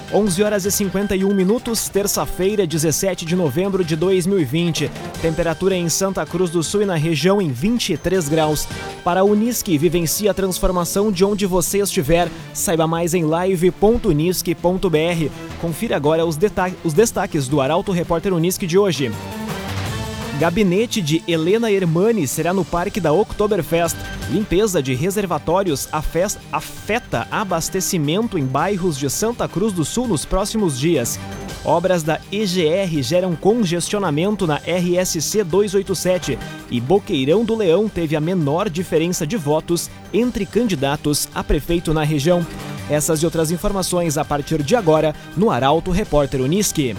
11 horas e 51 minutos, terça-feira, 17 de novembro de 2020. Temperatura em Santa Cruz do Sul e na região em 23 graus. Para a Unisque, vivencie a transformação de onde você estiver. Saiba mais em live.unisque.br. Confira agora os destaques do Arauto Repórter Unisque de hoje. Gabinete de Helena Hermani será no Parque da Oktoberfest. Limpeza de reservatórios afeta abastecimento em bairros de Santa Cruz do Sul nos próximos dias. Obras da EGR geram congestionamento na RSC 287 e Boqueirão do Leão teve a menor diferença de votos entre candidatos a prefeito na região. Essas e outras informações a partir de agora no Arauto Repórter Unisque.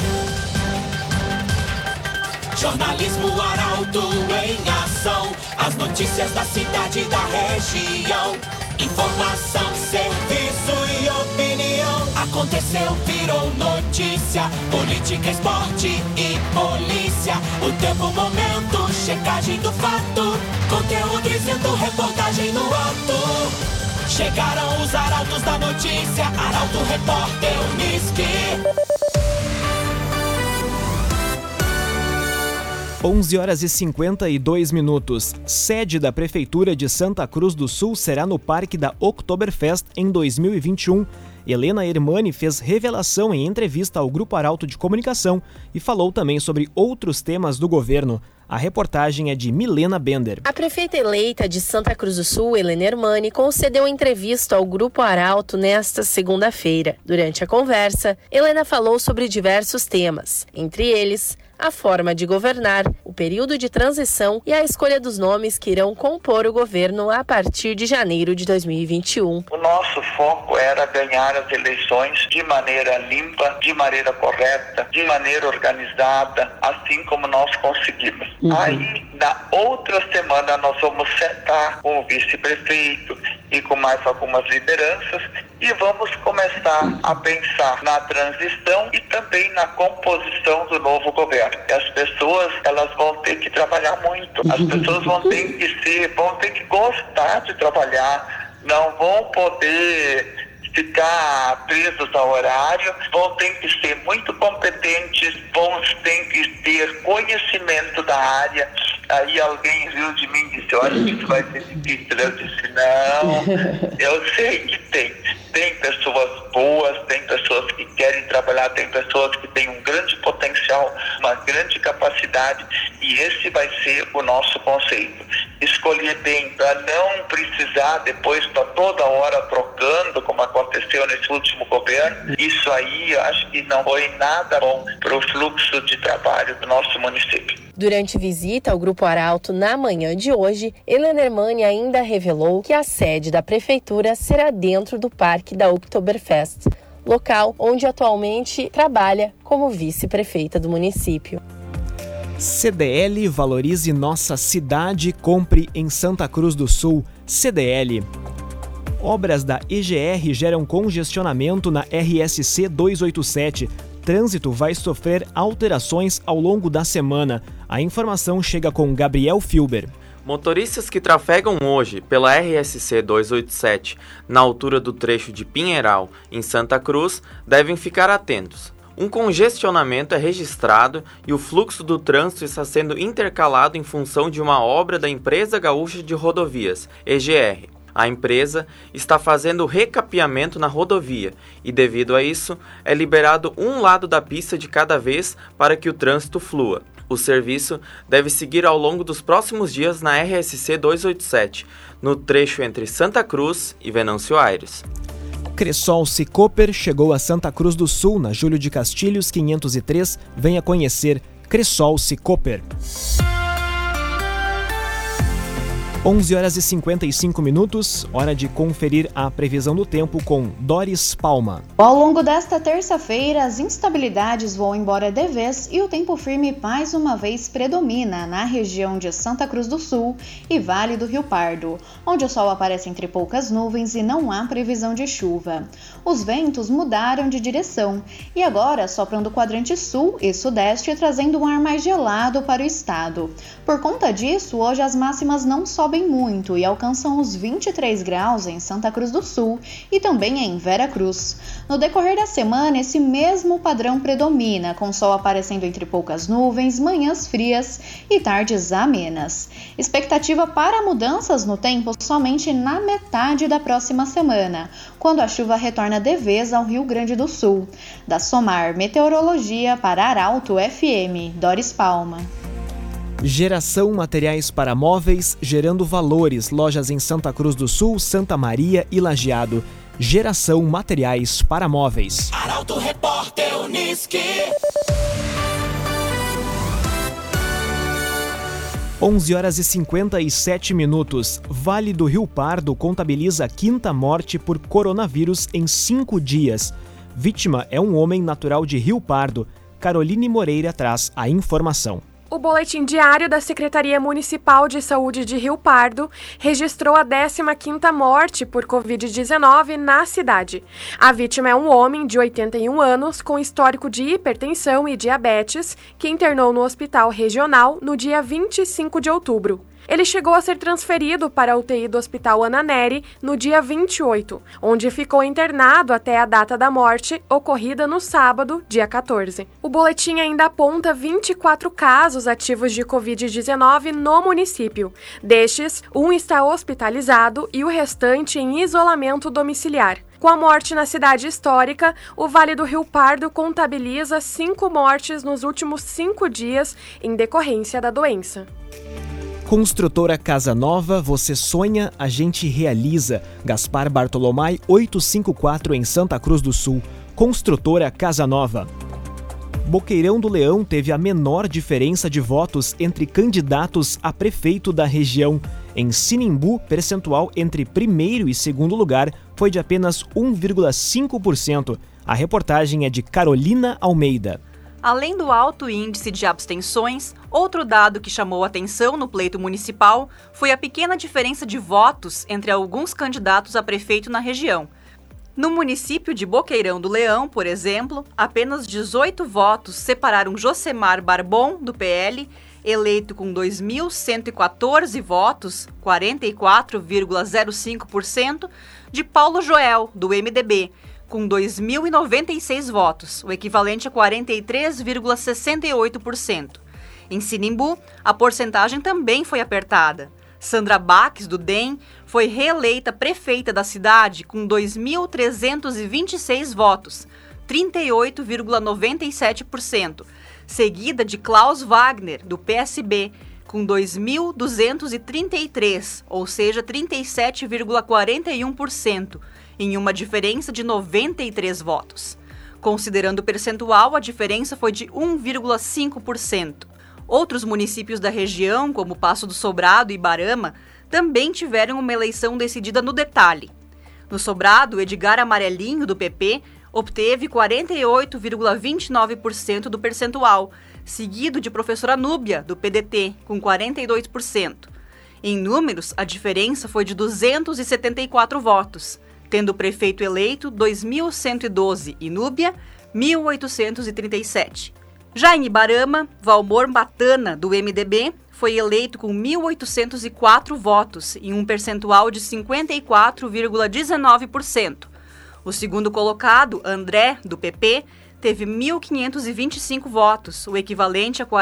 Jornalismo Arauto em ação. As notícias da cidade e da região. Informação, serviço e opinião. Aconteceu, virou notícia. Política, esporte e polícia. O tempo, momento, checagem do fato. Conteúdo dizendo, reportagem no ato. Chegaram os arautos da notícia. Arauto Repórter Unisque. 11 horas e 52 minutos. Sede da Prefeitura de Santa Cruz do Sul será no Parque da Oktoberfest em 2021. Helena Hermani fez revelação em entrevista ao Grupo Arauto de Comunicação e falou também sobre outros temas do governo. A reportagem é de Milena Bender. A prefeita eleita de Santa Cruz do Sul, Helena Hermani, concedeu entrevista ao Grupo Arauto nesta segunda-feira. Durante a conversa, Helena falou sobre diversos temas, entre eles a forma de governar, o período de transição e a escolha dos nomes que irão compor o governo a partir de janeiro de 2021. O nosso foco era ganhar as eleições de maneira limpa, de maneira correta, de maneira organizada, assim como nós conseguimos. Aí, na outra semana, nós vamos sentar com o vice-prefeito e com mais algumas lideranças e vamos começar a pensar na transição e também na composição do novo governo. As pessoas, elas vão ter que trabalhar muito. As pessoas vão ter que gostar de trabalhar, não vão poder ficar presos ao horário, vão ter que ser muito competentes, vão ter que ter conhecimento da área. Aí alguém viu de mim e disse, olha, isso vai ser difícil. Eu disse, não, eu sei que tem. Tem pessoas boas, tem pessoas que querem trabalhar, tem pessoas que têm um grande potencial, uma grande capacidade, e esse vai ser o nosso conceito. Escolher bem, para não precisar depois estar toda hora trocando, como aconteceu nesse último governo. Isso aí, acho que não foi nada bom para o fluxo de trabalho do nosso município. Durante visita ao Grupo Arauto na manhã de hoje, Helena Hermani ainda revelou que a sede da prefeitura será dentro do Parque da Oktoberfest, local onde atualmente trabalha como vice-prefeita do município. CDL valorize nossa cidade, compre em Santa Cruz do Sul. CDL. Obras da EGR geram congestionamento na RSC 287. Trânsito vai sofrer alterações ao longo da semana. A informação chega com Gabriel Filber. Motoristas que trafegam hoje pela RSC 287 na altura do trecho de Pinheiral, em Santa Cruz, devem ficar atentos. Um congestionamento é registrado e o fluxo do trânsito está sendo intercalado em função de uma obra da Empresa Gaúcha de Rodovias, EGR. A empresa está fazendo recapeamento na rodovia e, devido a isso, é liberado um lado da pista de cada vez para que o trânsito flua. O serviço deve seguir ao longo dos próximos dias na RSC 287, no trecho entre Santa Cruz e Venâncio Aires. Cressol Cicoper chegou a Santa Cruz do Sul, na Júlio de Castilhos 503. Venha conhecer Cressol Cicoper. 11 horas e 55 minutos, hora de conferir a previsão do tempo com Doris Palma. Ao longo desta terça-feira, as instabilidades vão embora de vez e o tempo firme mais uma vez predomina na região de Santa Cruz do Sul e Vale do Rio Pardo, onde o sol aparece entre poucas nuvens e não há previsão de chuva. Os ventos mudaram de direção e agora sopram do quadrante sul e sudeste, trazendo um ar mais gelado para o estado. Por conta disso, hoje as máximas não sobem sobem muito e alcançam os 23 graus em Santa Cruz do Sul e também em Vera Cruz. No decorrer da semana, esse mesmo padrão predomina, com sol aparecendo entre poucas nuvens, manhãs frias e tardes amenas. Expectativa para mudanças no tempo somente na metade da próxima semana, quando a chuva retorna de vez ao Rio Grande do Sul. Da Somar Meteorologia para Arauto FM, Doris Palma. Geração Materiais para Móveis, gerando valores. Lojas em Santa Cruz do Sul, Santa Maria e Lajeado. Geração Materiais para Móveis. Arauto Repórter Unisque. 11h57. Vale do Rio Pardo contabiliza a 5ª morte por coronavírus em 5 dias. Vítima é um homem natural de Rio Pardo. Caroline Moreira traz a informação. O boletim diário da Secretaria Municipal de Saúde de Rio Pardo registrou a 15ª morte por Covid-19 na cidade. A vítima é um homem de 81 anos com histórico de hipertensão e diabetes que internou no hospital regional no dia 25 de outubro. Ele chegou a ser transferido para a UTI do Hospital Ana Nery no dia 28, onde ficou internado até a data da morte, ocorrida no sábado, dia 14. O boletim ainda aponta 24 casos ativos de Covid-19 no município. Destes, um está hospitalizado e o restante em isolamento domiciliar. Com a morte na cidade histórica, o Vale do Rio Pardo contabiliza 5 mortes nos últimos 5 dias em decorrência da doença. Construtora Casa Nova, você sonha, a gente realiza. Gaspar Bartolomai 854 em Santa Cruz do Sul. Construtora Casa Nova. Boqueirão do Leão teve a menor diferença de votos entre candidatos a prefeito da região. Em Sinimbu, percentual entre primeiro e segundo lugar foi de apenas 1,5%. A reportagem é de Carolina Almeida. Além do alto índice de abstenções, outro dado que chamou atenção no pleito municipal foi a pequena diferença de votos entre alguns candidatos a prefeito na região. No município de Boqueirão do Leão, por exemplo, apenas 18 votos separaram Josemar Barbon, do PL, eleito com 2.114 votos, 44,05%, de Paulo Joel, do MDB, com 2.096 votos, o equivalente a 43,68%. Em Sinimbu, a porcentagem também foi apertada. Sandra Baques, do DEM, foi reeleita prefeita da cidade com 2.326 votos, 38,97%, seguida de Klaus Wagner, do PSB, com 2.233, ou seja, 37,41%, em uma diferença de 93 votos. Considerando o percentual, a diferença foi de 1,5%. Outros municípios da região, como Passo do Sobrado e Ibarama, também tiveram uma eleição decidida no detalhe. No Sobrado, Edgar Amarelinho, do PP, obteve 48,29% do percentual, seguido de Professora Núbia, do PDT, com 42%. Em números, a diferença foi de 274 votos, tendo o prefeito eleito 2.112 e Núbia 1.837. Já em Ibarama, Valmor Matana, do MDB, foi eleito com 1.804 votos em um percentual de 54,19%. O segundo colocado, André, do PP, teve 1.525 votos, o equivalente a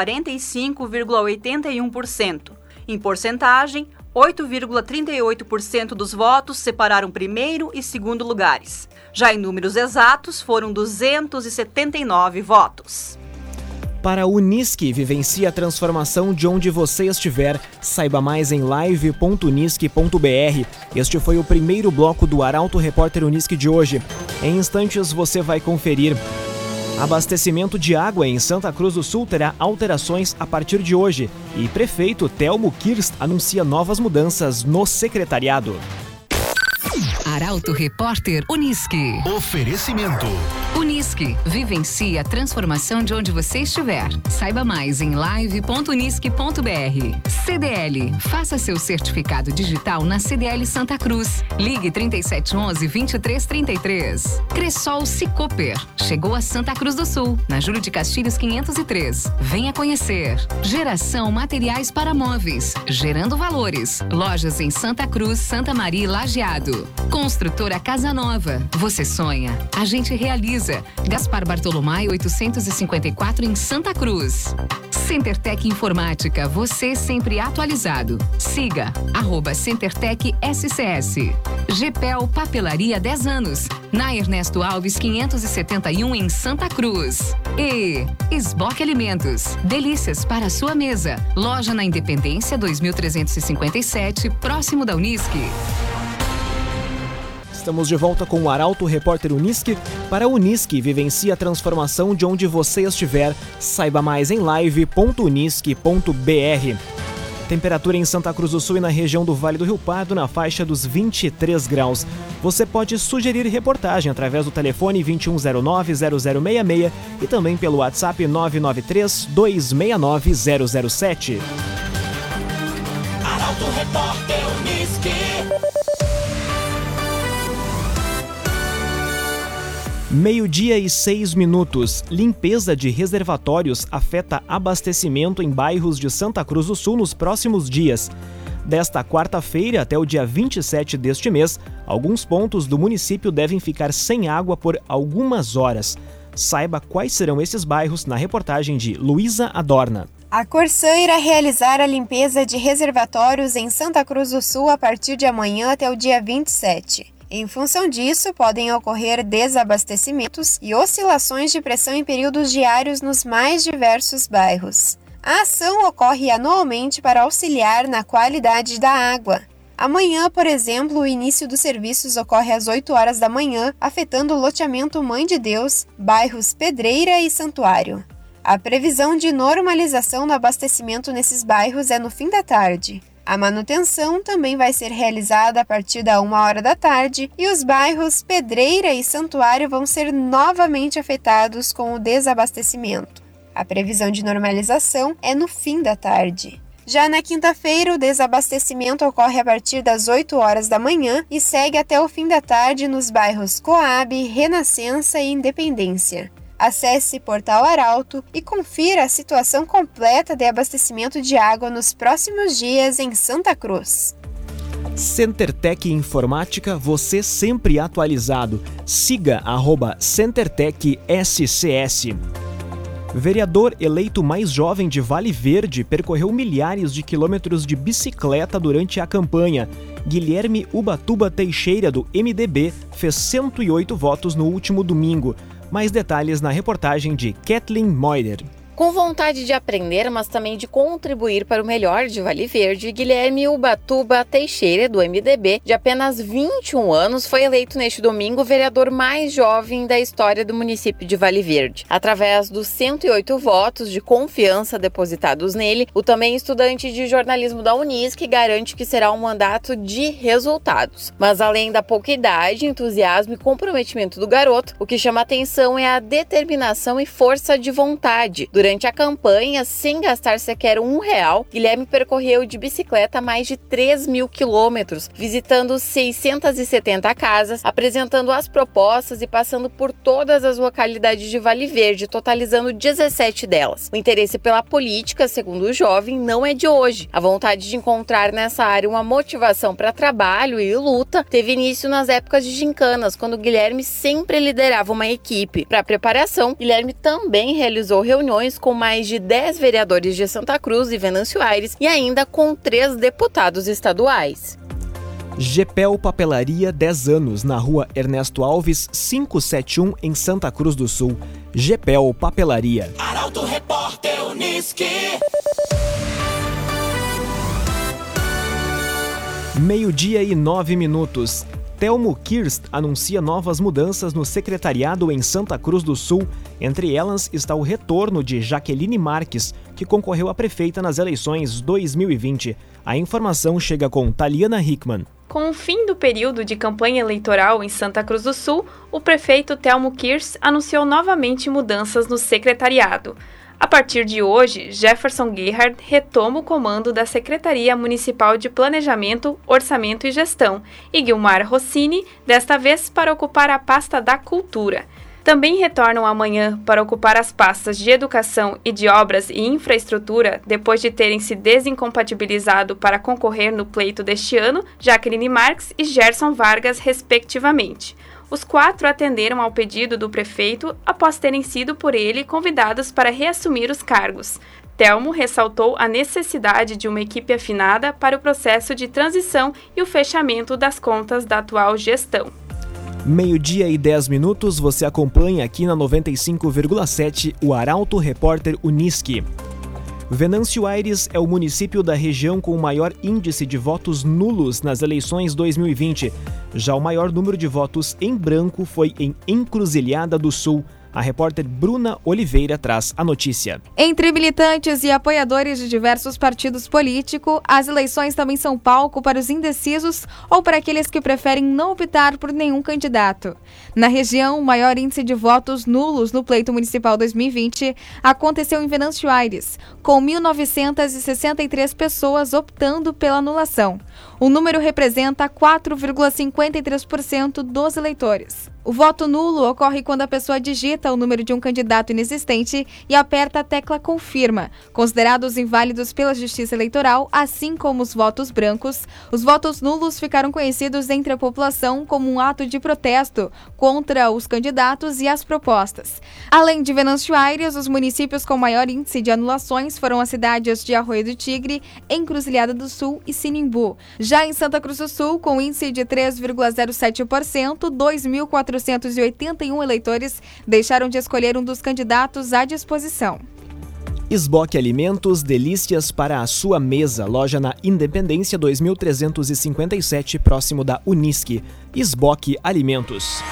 45,81%. Em porcentagem, 8,38% dos votos separaram primeiro e segundo lugares. Já em números exatos, foram 279 votos. Para a Unisque, vivencie a transformação de onde você estiver. Saiba mais em live.unisque.br. Este foi o primeiro bloco do Arauto Repórter Unisque de hoje. Em instantes você vai conferir. Abastecimento de água em Santa Cruz do Sul terá alterações a partir de hoje e prefeito Telmo Kirst anuncia novas mudanças no secretariado. Arauto Repórter Unisque. Oferecimento. Unisque, vivencie a transformação de onde você estiver. Saiba mais em live.unisque.br. CDL, faça seu certificado digital na CDL Santa Cruz. Ligue 3711-2333. Cressol Cicoper, chegou a Santa Cruz do Sul, na Júlio de Castilhos 503. Venha conhecer. Geração Materiais para Móveis, gerando valores. Lojas em Santa Cruz, Santa Maria e Lajeado. Construtora Casa Nova, você sonha, a gente realiza. Gaspar Bartolomai 854 em Santa Cruz. CenterTech Informática, você sempre atualizado. Siga @CenterTech SCS. GPEL Papelaria 10 anos, na Ernesto Alves 571 em Santa Cruz. E Esboque Alimentos, delícias para a sua mesa. Loja na Independência 2357, próximo da Unisque. Estamos de volta com o Arauto Repórter Unisque. Para a Unisque, vivencie a transformação de onde você estiver. Saiba mais em live.unisque.br. Temperatura em Santa Cruz do Sul e na região do Vale do Rio Pardo na faixa dos 23 graus. Você pode sugerir reportagem através do telefone 2109-0066 e também pelo WhatsApp 993-269-007. Arauto Repórter Unisque. Meio-dia e 6 minutos. Limpeza de reservatórios afeta abastecimento em bairros de Santa Cruz do Sul nos próximos dias. Desta quarta-feira até o dia 27 deste mês, alguns pontos do município devem ficar sem água por algumas horas. Saiba quais serão esses bairros na reportagem de Luísa Adorna. A Corsã irá realizar a limpeza de reservatórios em Santa Cruz do Sul a partir de amanhã até o dia 27. Em função disso, podem ocorrer desabastecimentos e oscilações de pressão em períodos diários nos mais diversos bairros. A ação ocorre anualmente para auxiliar na qualidade da água. Amanhã, por exemplo, o início dos serviços ocorre às 8 horas da manhã, afetando o loteamento Mãe de Deus, bairros Pedreira e Santuário. A previsão de normalização do abastecimento nesses bairros é no fim da tarde. A manutenção também vai ser realizada a partir da 1 hora da tarde e os bairros Pedreira e Santuário vão ser novamente afetados com o desabastecimento. A previsão de normalização é no fim da tarde. Já na quinta-feira, o desabastecimento ocorre a partir das 8 horas da manhã e segue até o fim da tarde nos bairros Coab, Renascença e Independência. Acesse Portal Arauto e confira a situação completa de abastecimento de água nos próximos dias em Santa Cruz. CenterTech Informática, você sempre atualizado. Siga @CenterTech SCS. Vereador eleito mais jovem de Vale Verde percorreu milhares de quilômetros de bicicleta durante a campanha. Guilherme Ubatuba Teixeira, do MDB, fez 108 votos no último domingo. Mais detalhes na reportagem de Kathleen Moider. Com vontade de aprender, mas também de contribuir para o melhor de Vale Verde, Guilherme Ubatuba Teixeira, do MDB, de apenas 21 anos, foi eleito neste domingo o vereador mais jovem da história do município de Vale Verde. Através dos 108 votos de confiança depositados nele, o também estudante de jornalismo da Unisque garante que será um mandato de resultados. Mas além da pouca idade, entusiasmo e comprometimento do garoto, o que chama atenção é a determinação e força de vontade. Durante a campanha, sem gastar sequer R$1, Guilherme percorreu de bicicleta mais de 3.000 quilômetros, visitando 670 casas, apresentando as propostas e passando por todas as localidades de Vale Verde, totalizando 17 delas. O interesse pela política, segundo o jovem, não é de hoje. A vontade de encontrar nessa área uma motivação para trabalho e luta teve início nas épocas de gincanas, quando Guilherme sempre liderava uma equipe. Para a preparação, Guilherme também realizou reuniões com mais de 10 vereadores de Santa Cruz e Venâncio Aires e ainda com 3 deputados estaduais. GPEL Papelaria 10 anos, na rua Ernesto Alves 571, em Santa Cruz do Sul. GPEL Papelaria. Arauto Repórter Unisque. Meio-dia e 9 minutos. Telmo Kirst anuncia novas mudanças no secretariado em Santa Cruz do Sul. Entre elas está o retorno de Jaqueline Marques, que concorreu a prefeita nas eleições 2020. A informação chega com Taliana Hickman. Com o fim do período de campanha eleitoral em Santa Cruz do Sul, o prefeito Telmo Kirst anunciou novamente mudanças no secretariado. A partir de hoje, Jefferson Gerhard retoma o comando da Secretaria Municipal de Planejamento, Orçamento e Gestão e Guilmar Rossini, desta vez para ocupar a pasta da Cultura. Também retornam amanhã para ocupar as pastas de Educação e de Obras e Infraestrutura, depois de terem se desincompatibilizado para concorrer no pleito deste ano, Jaqueline Marques e Gerson Vargas, respectivamente. Os 4 atenderam ao pedido do prefeito após terem sido por ele convidados para reassumir os cargos. Telmo ressaltou a necessidade de uma equipe afinada para o processo de transição e o fechamento das contas da atual gestão. 12:10, você acompanha aqui na 95,7 o Arauto Repórter Unisque. Venâncio Aires é o município da região com o maior índice de votos nulos nas eleições 2020. Já o maior número de votos em branco foi em Encruzilhada do Sul. A repórter Bruna Oliveira traz a notícia. Entre militantes e apoiadores de diversos partidos políticos, as eleições também são palco para os indecisos ou para aqueles que preferem não optar por nenhum candidato. Na região, o maior índice de votos nulos no pleito municipal 2020 aconteceu em Venâncio Aires, com 1.963 pessoas optando pela anulação. O número representa 4,53% dos eleitores. O voto nulo ocorre quando a pessoa digita o número de um candidato inexistente e aperta a tecla confirma. Considerados inválidos pela Justiça Eleitoral, assim como os votos brancos, os votos nulos ficaram conhecidos entre a população como um ato de protesto contra os candidatos e as propostas. Além de Venâncio Aires, os municípios com maior índice de anulações foram as cidades de Arroio do Tigre, Encruzilhada do Sul e Sinimbu. Já em Santa Cruz do Sul, com índice de 3,07%, 2.481 eleitores deixaram de escolher um dos candidatos à disposição. Esboque Alimentos, delícias para a sua mesa. Loja na Independência 2357, próximo da Unisque. Esboque Alimentos.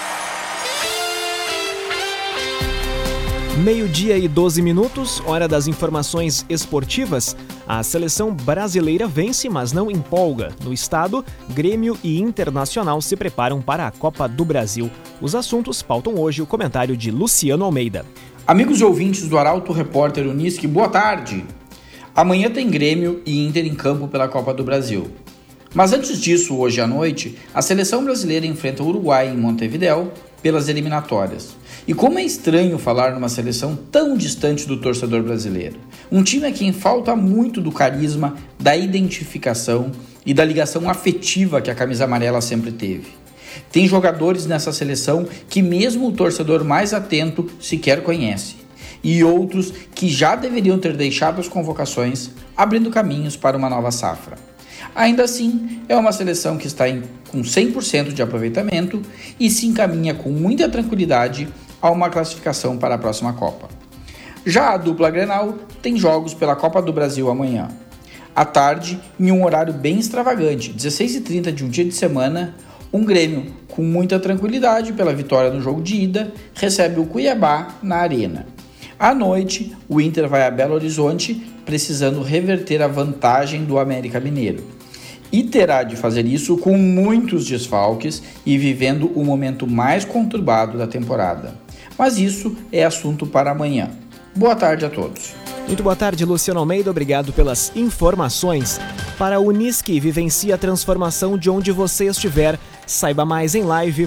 12:12, hora das informações esportivas. A seleção brasileira vence, mas não empolga. No estado, Grêmio e Internacional se preparam para a Copa do Brasil. Os assuntos pautam hoje o comentário de Luciano Almeida. Amigos e ouvintes do Arauto Repórter Unisque, boa tarde! Amanhã tem Grêmio e Inter em campo pela Copa do Brasil. Mas antes disso, hoje à noite, a seleção brasileira enfrenta o Uruguai em Montevidéu pelas eliminatórias. E como é estranho falar numa seleção tão distante do torcedor brasileiro. Um time a quem falta muito do carisma, da identificação e da ligação afetiva que a camisa amarela sempre teve. Tem jogadores nessa seleção que mesmo o torcedor mais atento sequer conhece. E outros que já deveriam ter deixado as convocações, abrindo caminhos para uma nova safra. Ainda assim, é uma seleção que está com 100% de aproveitamento e se encaminha com muita tranquilidade a uma classificação para a próxima Copa. Já a dupla Grenal tem jogos pela Copa do Brasil amanhã. À tarde, em um horário bem extravagante, 16h30 de um dia de semana, um Grêmio, com muita tranquilidade pela vitória no jogo de ida, recebe o Cuiabá na Arena. À noite, o Inter vai a Belo Horizonte, precisando reverter a vantagem do América Mineiro. E terá de fazer isso com muitos desfalques e vivendo o momento mais conturbado da temporada. Mas isso é assunto para amanhã. Boa tarde a todos. Muito boa tarde, Luciano Almeida. Obrigado pelas informações. Para a Unisque, vivencie a transformação de onde você estiver. Saiba mais em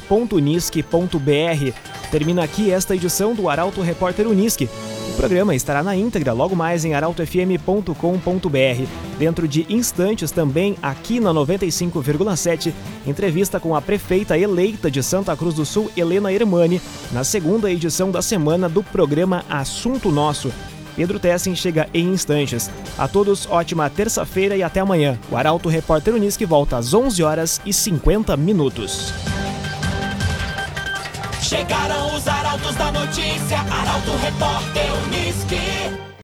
live.unisque.br. Termina aqui esta edição do Arauto Repórter Unisque. O programa estará na íntegra logo mais em arautofm.com.br. Dentro de instantes também, aqui na 95,7, entrevista com a prefeita eleita de Santa Cruz do Sul, Helena Hermani, na segunda edição da semana do programa Assunto Nosso. Pedro Tessin chega em instantes. A todos, ótima terça-feira e até amanhã. O Arauto Repórter Unisque volta às 11h50. Chegaram os arautos da notícia, Arauto Repórter Unisque.